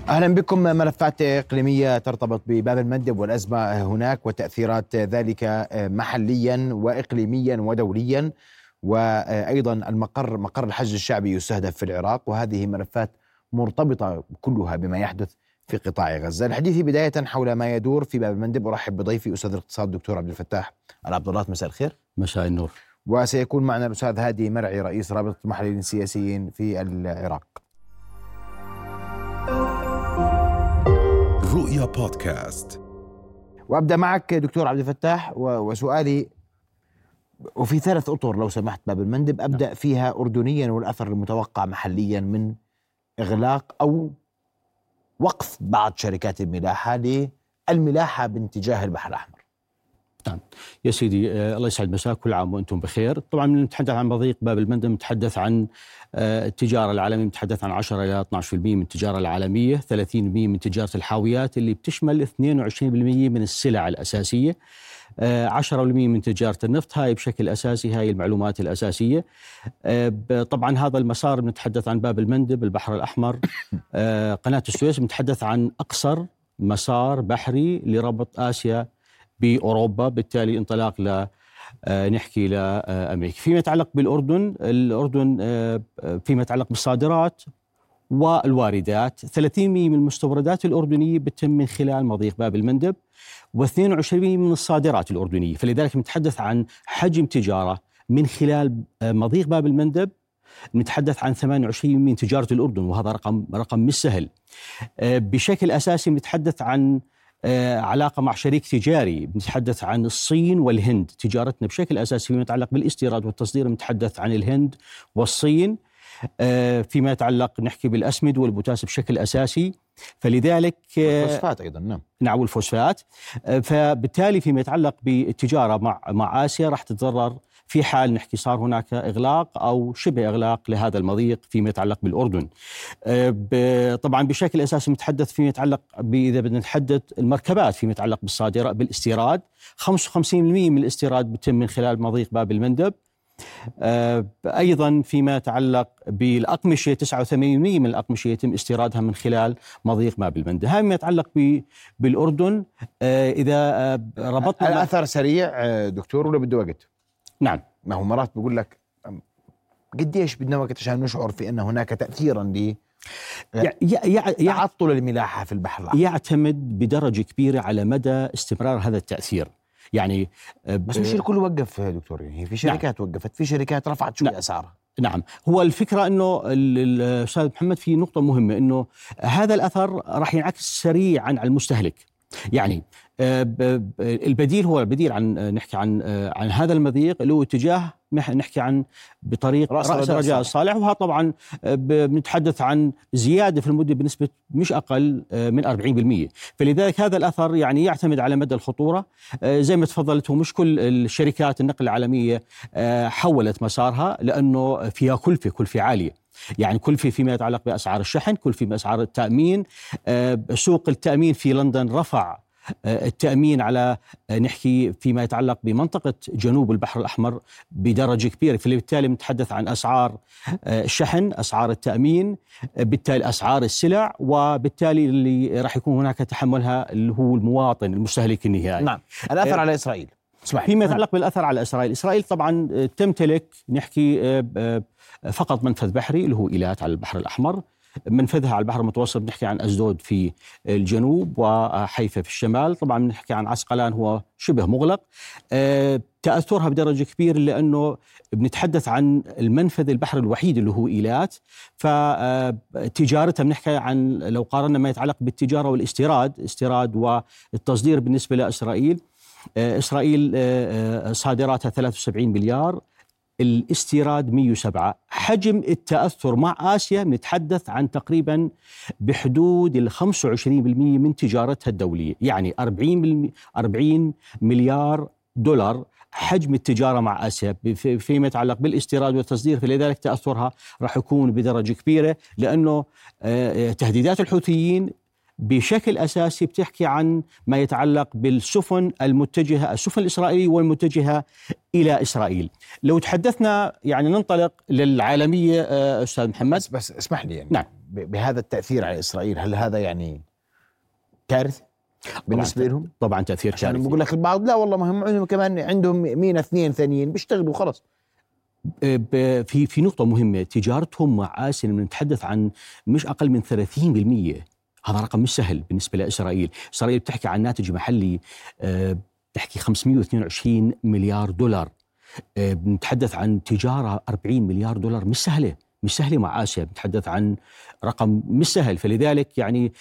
أهلا بكم. ملفات إقليمية ترتبط بباب المندب والأزمة هناك وتأثيرات ذلك محليا وإقليميا ودوليا، وأيضا مقر الحج الشعبي يستهدف في العراق، وهذه ملفات مرتبطة كلها بما يحدث في قطاع غزة. الحديث بداية حول ما يدور في باب المندب. أرحب بضيفي أستاذ الاقتصاد دكتور عبد الفتاح العبد الله. مساء الخير. مساء النور. وسيكون معنا الأستاذ هادي مرعي رئيس رابطة المحللين السياسيين في العراق. رؤيا بودكاست. وأبدأ معك دكتور عبد الفتاح وسؤالي، وفي 3 أطر لو سمحت باب المندب أبدأ فيها أردنيا، والأثر المتوقع محليا من إغلاق أو وقف بعض شركات الملاحة للملاحة باتجاه البحر الأحمر. نعم يا سيدي، الله يسعد مساك، كل عام وأنتم بخير. طبعا نتحدث عن مضيق باب المندب، نتحدث عن التجارة العالمية، نتحدث عن 10 إلى 12% من التجارة العالمية، 30% من تجارة الحاويات اللي بتشمل 22% من السلع الأساسية، 10% من تجارة النفط. هاي بشكل أساسي هاي المعلومات الأساسية. طبعا هذا المسار بنتحدث عن باب المندب، البحر الأحمر، قناة السويس، بنتحدث عن أقصر مسار بحري لربط آسيا بأوروبا، بالتالي انطلاق نحكي لأمريكا. فيما يتعلق بالأردن، فيما يتعلق بالصادرات والواردات، 30% من المستوردات الأردنية بتتم من خلال مضيق باب المندب، و22% من الصادرات الأردنية. فلذلك نتحدث عن حجم تجارة من خلال مضيق باب المندب، نتحدث عن 28% من تجارة الأردن، وهذا رقم مش سهل. بشكل أساسي نتحدث عن علاقة مع شريك تجاري، بنتحدث عن الصين والهند. تجارتنا بشكل أساسي فيما يتعلق بالاستيراد والتصدير نتحدث عن الهند والصين. فيما يتعلق نحكي بالأسمد والبوتاس بشكل أساسي، فلذلك والفوسفات أيضا. نعم والفوسفات. فبالتالي فيما يتعلق بالتجارة مع آسيا راح تتضرر في حال نحكي صار هناك إغلاق أو شبه إغلاق لهذا المضيق فيما يتعلق بالأردن. طبعا بشكل أساسي نتحدث فيما يتعلق إذا بدنا نتحدث المركبات فيما يتعلق بالصادرة بالاستيراد، 55% من الاستيراد بتم من خلال مضيق باب المندب. أيضا فيما يتعلق بالأقمشة، 89% من الأقمشة يتم استيرادها من خلال مضيق باب المندب. هذا ما يتعلق بالأردن. إذا ربطنا الأثر سريع دكتور ولا بده وقت؟ نعم. ما هو مرات بقول لك قديش بدنا وقت عشان نشعر في أن هناك تأثيرا تعطل الملاحة في البحر الأحمر؟ يعتمد بدرجة كبيرة على مدى استمرار هذا التأثير. يعني بس مش الكل وقف دكتور، يعني في شركات نعم. وقفت، في شركات رفعت شوية أسعارها. نعم، هو الفكرة أنه الأستاذ محمد في نقطة مهمة، أنه هذا الأثر راح ينعكس سريعا على المستهلك. يعني البديل هو البديل عن نحكي عن هذا المضيق اللي هو اتجاه نحكي عن بطريق رأس رجاء الصالح، وها طبعا بنتحدث عن زيادة في المدة بنسبة مش أقل من 40%. فلذلك هذا الأثر يعني يعتمد على مدى الخطورة. زي ما تفضلت، هو مش كل الشركات النقل العالمية حولت مسارها، لأنه فيها كلفة عالية. يعني كلفة فيما يتعلق بأسعار الشحن، كلفة بأسعار التأمين. سوق التأمين في لندن رفع التأمين على نحكي فيما يتعلق بمنطقة جنوب البحر الأحمر بدرجة كبيرة. فبالتالي نتحدث عن أسعار الشحن، أسعار التأمين، بالتالي أسعار السلع، وبالتالي اللي راح يكون هناك تحملها اللي هو المواطن المستهلك النهائي. نعم. الأثر على إسرائيل. فيما يتعلق بالأثر على إسرائيل طبعا تمتلك نحكي فقط منفذ بحري اللي هو إيلات على البحر الأحمر، منفذها على البحر المتوسط بنحكي عن أسدود في الجنوب وحيفا في الشمال. طبعا بنحكي عن عسقلان هو شبه مغلق. تأثرها بدرجة كبيرة لأنه بنتحدث عن المنفذ البحر الوحيد اللي هو إيلات. فتجارتها بنحكي عن لو قارنا ما يتعلق بالتجارة والاستيراد والتصدير بالنسبة لإسرائيل، إسرائيل صادراتها 73 مليار، الاستيراد 107. حجم التأثر مع آسيا نتحدث عن تقريبا بحدود 25% من تجارتها الدولية، يعني 40 مليار دولار حجم التجارة مع آسيا فيما يتعلق بالاستيراد والتصدير. فلذلك تأثرها راح يكون بدرجة كبيرة، لأنه تهديدات الحوثيين بشكل أساسي بتحكي عن ما يتعلق بالسفن السفن الإسرائيلية والمتجهة إلى إسرائيل. لو تحدثنا يعني ننطلق للعالمية أستاذ محمد. بس اسمح لي يعني نعم. بهذا التأثير على إسرائيل، هل هذا يعني كارثة بالنسبة لهم؟ طبعا تأثير كارثي. بقول لك البعض لا والله مهم كمان عندهم مين اثنين ثانيين بيشتغلوا خلص. في نقطة مهمة، تجارتهم مع آسيا نتحدث عن مش أقل من 30%. هذا رقم مش سهل بالنسبة لإسرائيل. إسرائيل بتحكي عن ناتج محلي بتحكي 522 مليار دولار. بنتحدث عن تجارة 40 مليار دولار، مش سهلة مع آسيا. بنتحدث عن رقم مش سهل. فلذلك يعني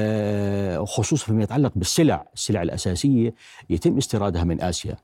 خصوصا فيما يتعلق السلع الأساسية يتم استيرادها من آسيا،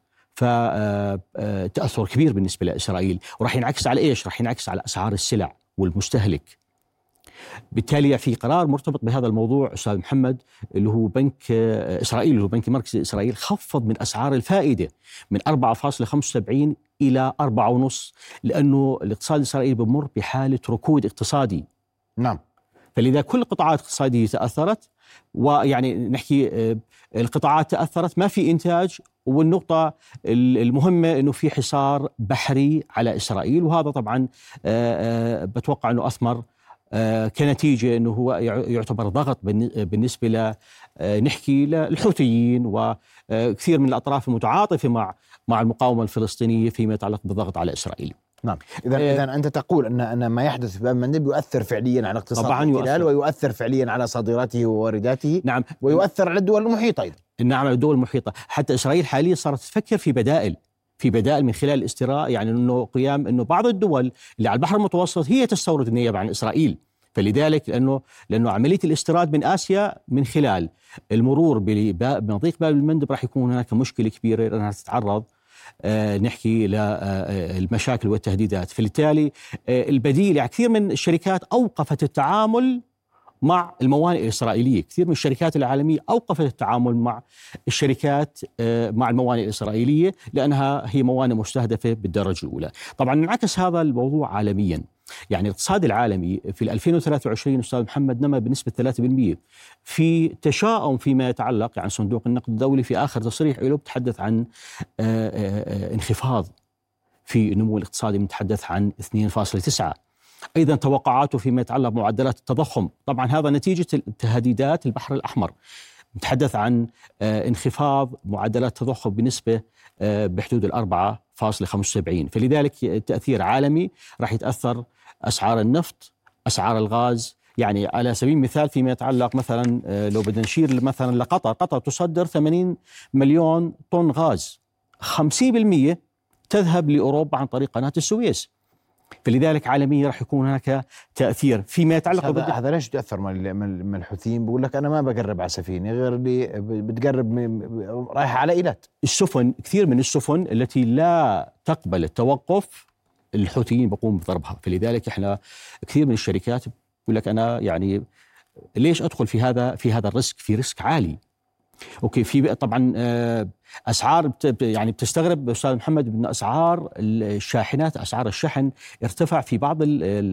فتأثر كبير بالنسبة لإسرائيل. وراح ينعكس على إيش؟ راح ينعكس على أسعار السلع والمستهلك. بالتالي في قرار مرتبط بهذا الموضوع أستاذ محمد، اللي هو بنك إسرائيل، اللي هو بنك مركزي إسرائيل، خفض من أسعار الفائدة من 4.75 إلى 4.5، لأنه الاقتصاد الإسرائيلي بمر بحالة ركود اقتصادي. نعم. فلذا كل القطاعات الاقتصادية تأثرت، ويعني نحكي القطاعات تأثرت، ما في إنتاج. والنقطة المهمة أنه في حصار بحري على إسرائيل، وهذا طبعا بتوقع أنه أثمر كنتيجة أنه هو يعتبر ضغط بالنسبة نحكي للحوثيين وكثير من الأطراف المتعاطفة مع المقاومة الفلسطينية فيما يتعلق بالضغط على إسرائيل. نعم. إذا أنت تقول أن ما يحدث في باب المندب يؤثر فعليا على اقتصاد الاحتلال، ويؤثر فعليا على صادراته ووارداته. نعم. ويؤثر على الدول المحيطة أيضا. نعم، على الدول المحيطة. حتى إسرائيل حاليا صارت تفكر في بدائل من خلال الاستيراء، يعني أنه قيام أنه بعض الدول اللي على البحر المتوسط هي تستورد النيابة عن إسرائيل. فلذلك لأنه عملية الاستيراد من آسيا من خلال المرور بمضيق باب المندب راح يكون هناك مشكلة كبيرة، لأنها تتعرض نحكي للمشاكل والتهديدات. فبالتالي البديل، يعني كثير من الشركات أوقفت التعامل مع الموانئ الإسرائيلية. كثير من الشركات العالمية أوقفت التعامل مع مع الموانئ الإسرائيلية، لأنها هي موانئ مستهدفة بالدرجة الأولى. طبعا انعكس هذا الموضوع عالميا. يعني الاقتصاد العالمي في 2023 أستاذ محمد نما بنسبة 3%. في تشاؤم فيما يتعلق، يعني صندوق النقد الدولي في آخر تصريح له بتحدث عن انخفاض في النمو الاقتصادي، متحدث عن 2.9. أيضا توقعاته فيما يتعلق بمعدلات التضخم، طبعا هذا نتيجة تهديدات البحر الأحمر، نتحدث عن انخفاض معدلات التضخم بنسبة بحدود 4.75. فلذلك تأثير عالمي راح يتأثر أسعار النفط، أسعار الغاز. يعني على سبيل المثال فيما يتعلق مثلا لو بدنا نشير مثلا لقطر تصدر 80 مليون طن غاز، 50% تذهب لأوروبا عن طريق قناة السويس. فلذلك عالميا راح يكون هناك تأثير فيما يتعلق هذا ليش تأثر من الحوثيين؟ بقول لك أنا ما بقرب على سفينة غير اللي بتقرب رايحة على إيلات. السفن، كثير من السفن التي لا تقبل التوقف الحوثيين بقوم بضربها. فلذلك احنا كثير من الشركات بقول لك أنا يعني ليش أدخل في هذا الريسك؟ في ريسك عالي. اوكي. في طبعا اسعار يعني بتستغرب استاذ محمد ان اسعار الشاحنات، اسعار الشحن ارتفع في بعض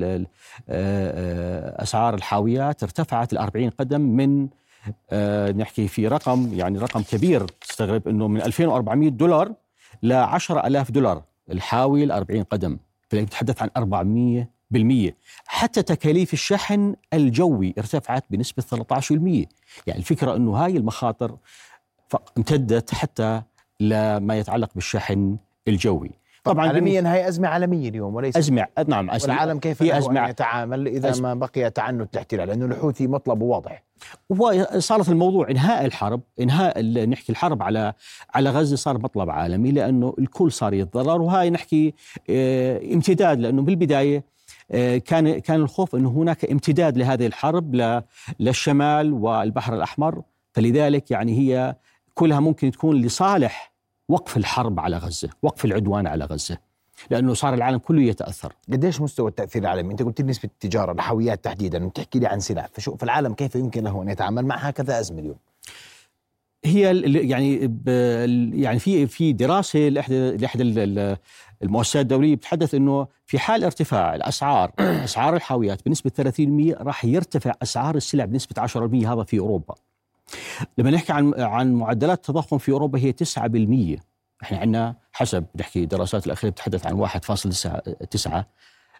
اسعار الحاويات ارتفعت 40 قدم من نحكي في رقم كبير. تستغرب انه من $2400 ل $10,000 الحاوي 40 قدم. فنتحدث عن 400%. حتى تكاليف الشحن الجوي ارتفعت بنسبة 13%. يعني الفكرة أنه هاي المخاطر امتدت حتى لما يتعلق بالشحن الجوي. طبعا عالميا هاي أزمة عالمية اليوم وليس أزمة. نعم. والعالم كيف يتعامل إذا ما بقي تعنت الاحتلال، لأنه الحوثي مطلبه واضح. وصارت الموضوع إنهاء الحرب، نحكي الحرب على غزة صار مطلب عالمي، لأنه الكل صار يتضرر. وهاي نحكي امتداد، لأنه بالبداية كان الخوف أنه هناك امتداد لهذه الحرب للشمال والبحر الأحمر. فلذلك يعني هي كلها ممكن تكون لصالح وقف الحرب على غزة، وقف العدوان على غزة، لأنه صار العالم كله يتأثر. قديش مستوى التأثير العالمي؟ أنت قلت لي نسبة التجارة، الحاويات تحديدا، وتحكي لي عن سلاح. فشوف العالم كيف يمكن له أن يتعامل مع هكذا أزمة اليوم. هي يعني في دراسة لإحدى المؤسسات الدولية بتحدث إنه في حال ارتفاع أسعار الحاويات بنسبة 30% راح يرتفع أسعار السلع بنسبة 10%. هذا في أوروبا. لما نحكي عن معدلات التضخم في أوروبا هي 9%. احنا عندنا حسب نحكي دراسات الأخيرة بتحدث عن 1.9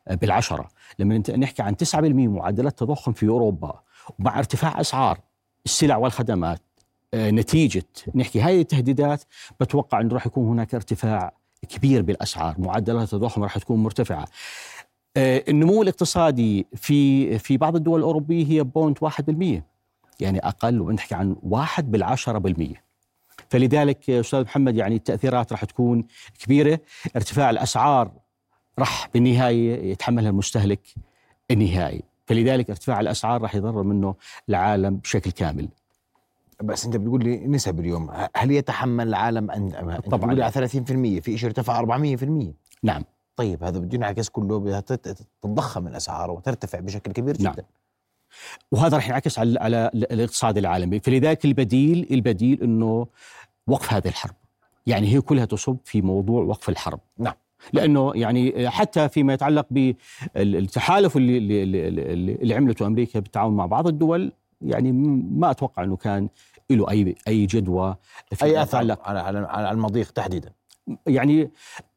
بالعشرة. لما نحكي عن 9% معدلات تضخم في أوروبا ومع ارتفاع أسعار السلع والخدمات نتيجة نحكي هذه التهديدات، بتوقع أنه راح يكون هناك ارتفاع كبير بالأسعار، معدلات التضخم راح تكون مرتفعة. النمو الاقتصادي في بعض الدول الأوروبية هي 0.1%، يعني أقل، ونحكي عن 1/10%. فلذلك أستاذ محمد يعني التأثيرات راح تكون كبيرة. ارتفاع الأسعار راح بالنهاية يتحملها المستهلك النهائي، فلذلك ارتفاع الأسعار راح يضر منه العالم بشكل كامل. بس أنت بتقول لي نسب اليوم، هل يتحمل العالم أنت طبعا بتقول لي 30%، في شيء ارتفع 400%؟ نعم. طيب هذا بده ينعكس كله، تتضخم الأسعار وترتفع بشكل كبير جدا. نعم. وهذا راح ينعكس على الاقتصاد العالمي. فلذلك البديل انه وقف هذه الحرب، يعني هي كلها تصب في موضوع وقف الحرب. نعم. لانه يعني حتى فيما يتعلق بالتحالف اللي عملته امريكا بالتعاون مع بعض الدول، يعني ما اتوقع انه كان له اي جدوى اي اثر على المضيق تحديدا. يعني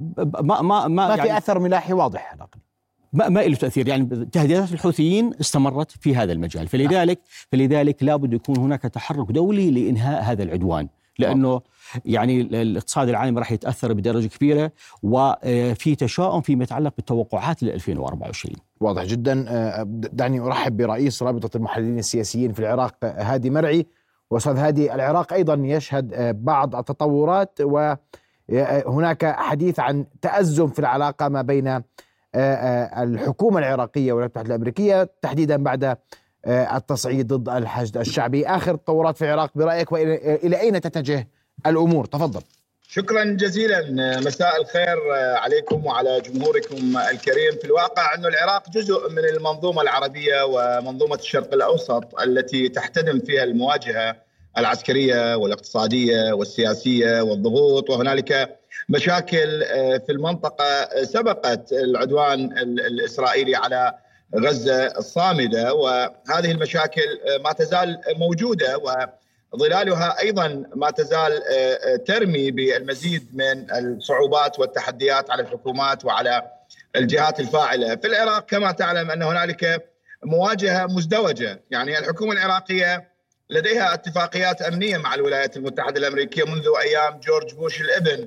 ما يعني في اثر ملاحي واضح على ما له تأثير. يعني تهديدات الحوثيين استمرت في هذا المجال، فلذلك لابد يكون هناك تحرك دولي لإنهاء هذا العدوان، لأنه يعني الاقتصاد العالمي راح يتأثر بدرجة كبيرة، وفي تشاؤم فيما يتعلق بالتوقعات ل 2024. واضح جدا. دعني أرحب برئيس رابطة المحللين السياسيين في العراق هادي مرعي. وأستاذ هادي، العراق أيضا يشهد بعض التطورات، وهناك حديث عن تأزم في العلاقة ما بين الحكومة العراقية والولايات المتحدة الأمريكية، تحديدا بعد التصعيد ضد الحشد الشعبي. آخر التطورات في العراق برأيك، وإلى أين تتجه الأمور؟ تفضل. شكرا جزيلا. مساء الخير عليكم وعلى جمهوركم الكريم. في الواقع أن العراق جزء من المنظومة العربية ومنظومة الشرق الأوسط التي تحتدم فيها المواجهة العسكرية والاقتصادية والسياسية والضغوط، وهنالك مشاكل في المنطقة سبقت العدوان الإسرائيلي على غزة الصامدة، وهذه المشاكل ما تزال موجودة، وظلالها أيضا ما تزال ترمي بالمزيد من الصعوبات والتحديات على الحكومات وعلى الجهات الفاعلة في العراق. كما تعلم أن هنالك مواجهة مزدوجة، يعني الحكومة العراقية لديها اتفاقيات أمنية مع الولايات المتحدة الأمريكية منذ أيام جورج بوش الابن،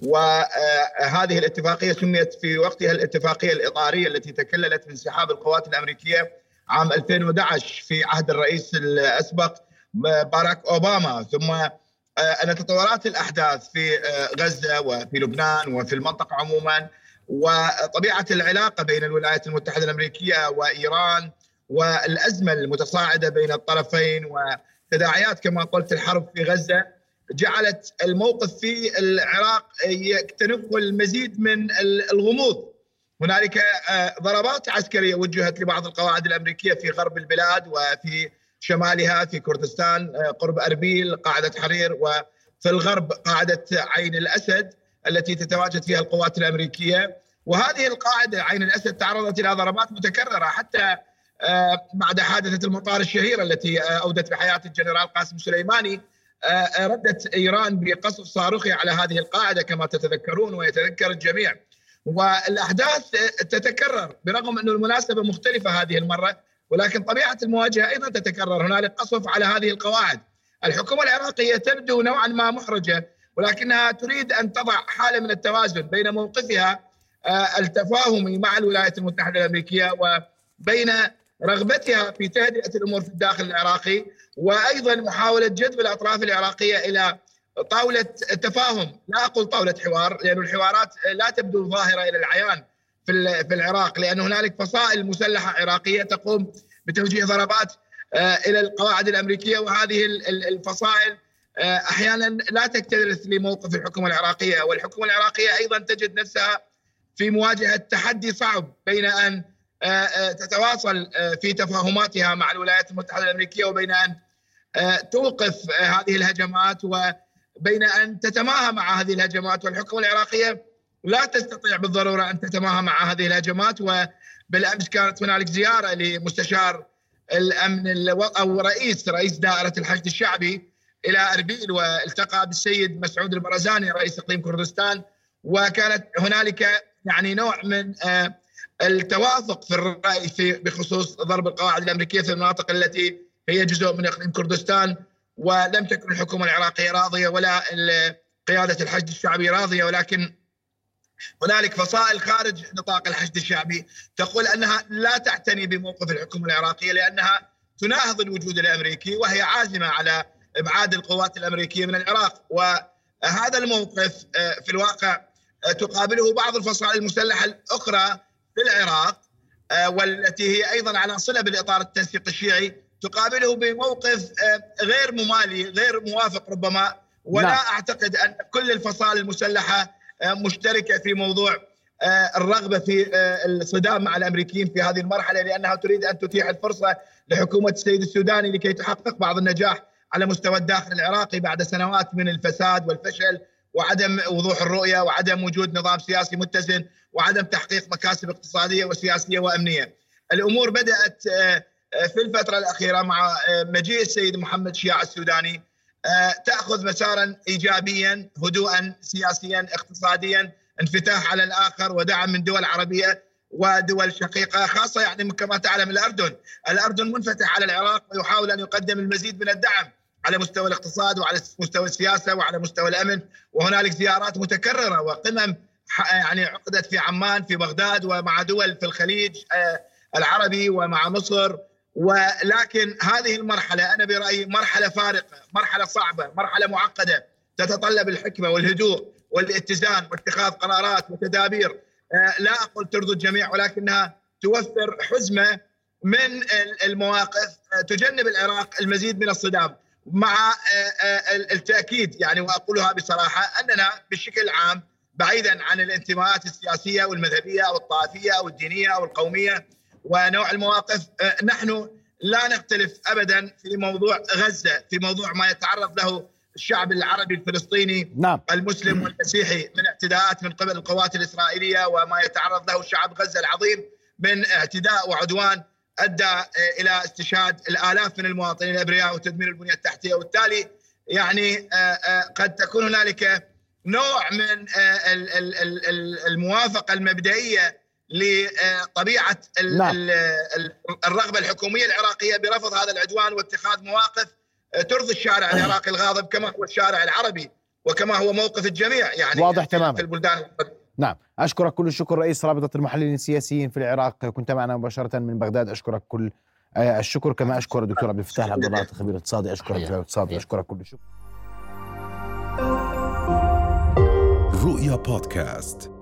وهذه الاتفاقية سميت في وقتها الاتفاقية الإطارية التي تكللت بانسحاب القوات الأمريكية عام 2011 في عهد الرئيس الأسبق باراك أوباما. ثم أن تطورات الأحداث في غزة وفي لبنان وفي المنطقة عموما، وطبيعة العلاقة بين الولايات المتحدة الأمريكية وإيران، والأزمة المتصاعدة بين الطرفين، وتداعيات كما قلت الحرب في غزة، جعلت الموقف في العراق يكتنفه المزيد من الغموض. هنالك ضربات عسكرية وجهت لبعض القواعد الأمريكية في غرب البلاد وفي شمالها في كردستان قرب أربيل قاعدة حرير، وفي الغرب قاعدة عين الأسد التي تتواجد فيها القوات الأمريكية. وهذه القاعدة عين الأسد تعرضت إلى ضربات متكررة، حتى بعد حادثة المطار الشهيرة التي أودت بحياة الجنرال قاسم سليماني ردت إيران بقصف صاروخي على هذه القاعدة كما تتذكرون ويتذكر الجميع. والأحداث تتكرر برغم أن المناسبة مختلفة هذه المرة، ولكن طبيعة المواجهة أيضا تتكرر. هنالك قصف على هذه القواعد. الحكومة العراقية تبدو نوعا ما محرجة، ولكنها تريد أن تضع حالة من التوازن بين موقفها التفاهمي مع الولايات المتحدة الأمريكية وبين رغبتها في تهدئة الأمور في الداخل العراقي، وأيضا محاولة جذب الأطراف العراقية إلى طاولة تفاهم. لا أقول طاولة حوار، لأن الحوارات لا تبدو ظاهرة إلى العيان في العراق، لأن هنالك فصائل مسلحة عراقية تقوم بتوجيه ضربات إلى القواعد الأمريكية، وهذه الفصائل أحيانا لا تكترث لموقف الحكومة العراقية. والحكومة العراقية أيضا تجد نفسها في مواجهة تحدي صعب بين أن تتواصل في تفاهماتها مع الولايات المتحدة الأمريكية وبين أن توقف هذه الهجمات، وبين أن تتماهى مع هذه الهجمات. والحكومة العراقية لا تستطيع بالضرورة أن تتماهى مع هذه الهجمات. وبالأمس كانت هنالك زيارة لمستشار الأمن أو رئيس دائرة الحشد الشعبي إلى أربيل، والتقى بالسيد مسعود البرزاني رئيس إقليم كردستان، وكانت هنالك يعني نوع من التوافق في الرأي بخصوص ضرب القواعد الأمريكية في المناطق التي هي جزء من إقليم كردستان، ولم تكن الحكومة العراقية راضية ولا قيادة الحشد الشعبي راضية، ولكن هنالك فصائل خارج نطاق الحشد الشعبي تقول أنها لا تعتني بموقف الحكومة العراقية لأنها تناهض الوجود الأمريكي وهي عازمة على إبعاد القوات الأمريكية من العراق. وهذا الموقف في الواقع تقابله بعض الفصائل المسلحة الأخرى في العراق والتي هي أيضا على صلة بالإطار التنسيق الشيعي، تقابله بموقف غير ممالي غير موافق ربما، ولا أعتقد أن كل الفصائل المسلحة مشتركة في موضوع الرغبة في الصدام مع الأمريكيين في هذه المرحلة، لأنها تريد أن تتيح الفرصة لحكومة السيد السوداني لكي تحقق بعض النجاح على مستوى الداخل العراقي بعد سنوات من الفساد والفشل وعدم وضوح الرؤية وعدم وجود نظام سياسي متزن وعدم تحقيق مكاسب اقتصادية وسياسية وأمنية. الأمور بدأت في الفترة الأخيرة مع مجيء السيد محمد شياع السوداني تأخذ مسارا إيجابيا، هدوءا سياسيا اقتصاديا، انفتاح على الآخر ودعم من دول عربية ودول شقيقة، خاصة يعني كما تعلم الأردن منفتح على العراق ويحاول أن يقدم المزيد من الدعم على مستوى الاقتصاد وعلى مستوى السياسة وعلى مستوى الأمن. وهنالك زيارات متكررة وقمم يعني عقدت في عمان في بغداد ومع دول في الخليج العربي ومع مصر. ولكن هذه المرحلة أنا برأيي مرحلة فارقة، مرحلة صعبة، مرحلة معقدة تتطلب الحكمة والهدوء والاتزان واتخاذ قرارات وتدابير لا أقول ترضي الجميع، ولكنها توفر حزمة من المواقف تجنب العراق المزيد من الصدام، مع التأكيد يعني وأقولها بصراحة أننا بشكل عام بعيدا عن الانتماءات السياسية والمذهبية أو الطائفية أو الدينية أو القومية ونوع المواقف، نحن لا نختلف أبدا في موضوع غزة، في موضوع ما يتعرض له الشعب العربي الفلسطيني المسلم والمسيحي من اعتداءات من قبل القوات الإسرائيلية، وما يتعرض له شعب غزة العظيم من اعتداء وعدوان أدى إلى استشهاد الآلاف من المواطنين الأبرياء وتدمير البنية التحتية. وبالتالي يعني قد تكون هنالك نوع من الموافقة المبدئية لطبيعة الرغبة الحكومية العراقية برفض هذا العدوان واتخاذ مواقف ترضي الشارع العراقي الغاضب كما هو الشارع العربي وكما هو موقف الجميع يعني واضح تماما في البلدان. نعم، أشكرك كل الشكر رئيس رابطة المحللين السياسيين في العراق، كنت معنا مباشرة من بغداد. أشكرك كل الشكر، كما أشكر الدكتور عبد الفتاح عبد الله خبير اقتصادي. أشكرك دكتور اقتصادي، أشكرك كل الشكر. رؤيا بودكاست.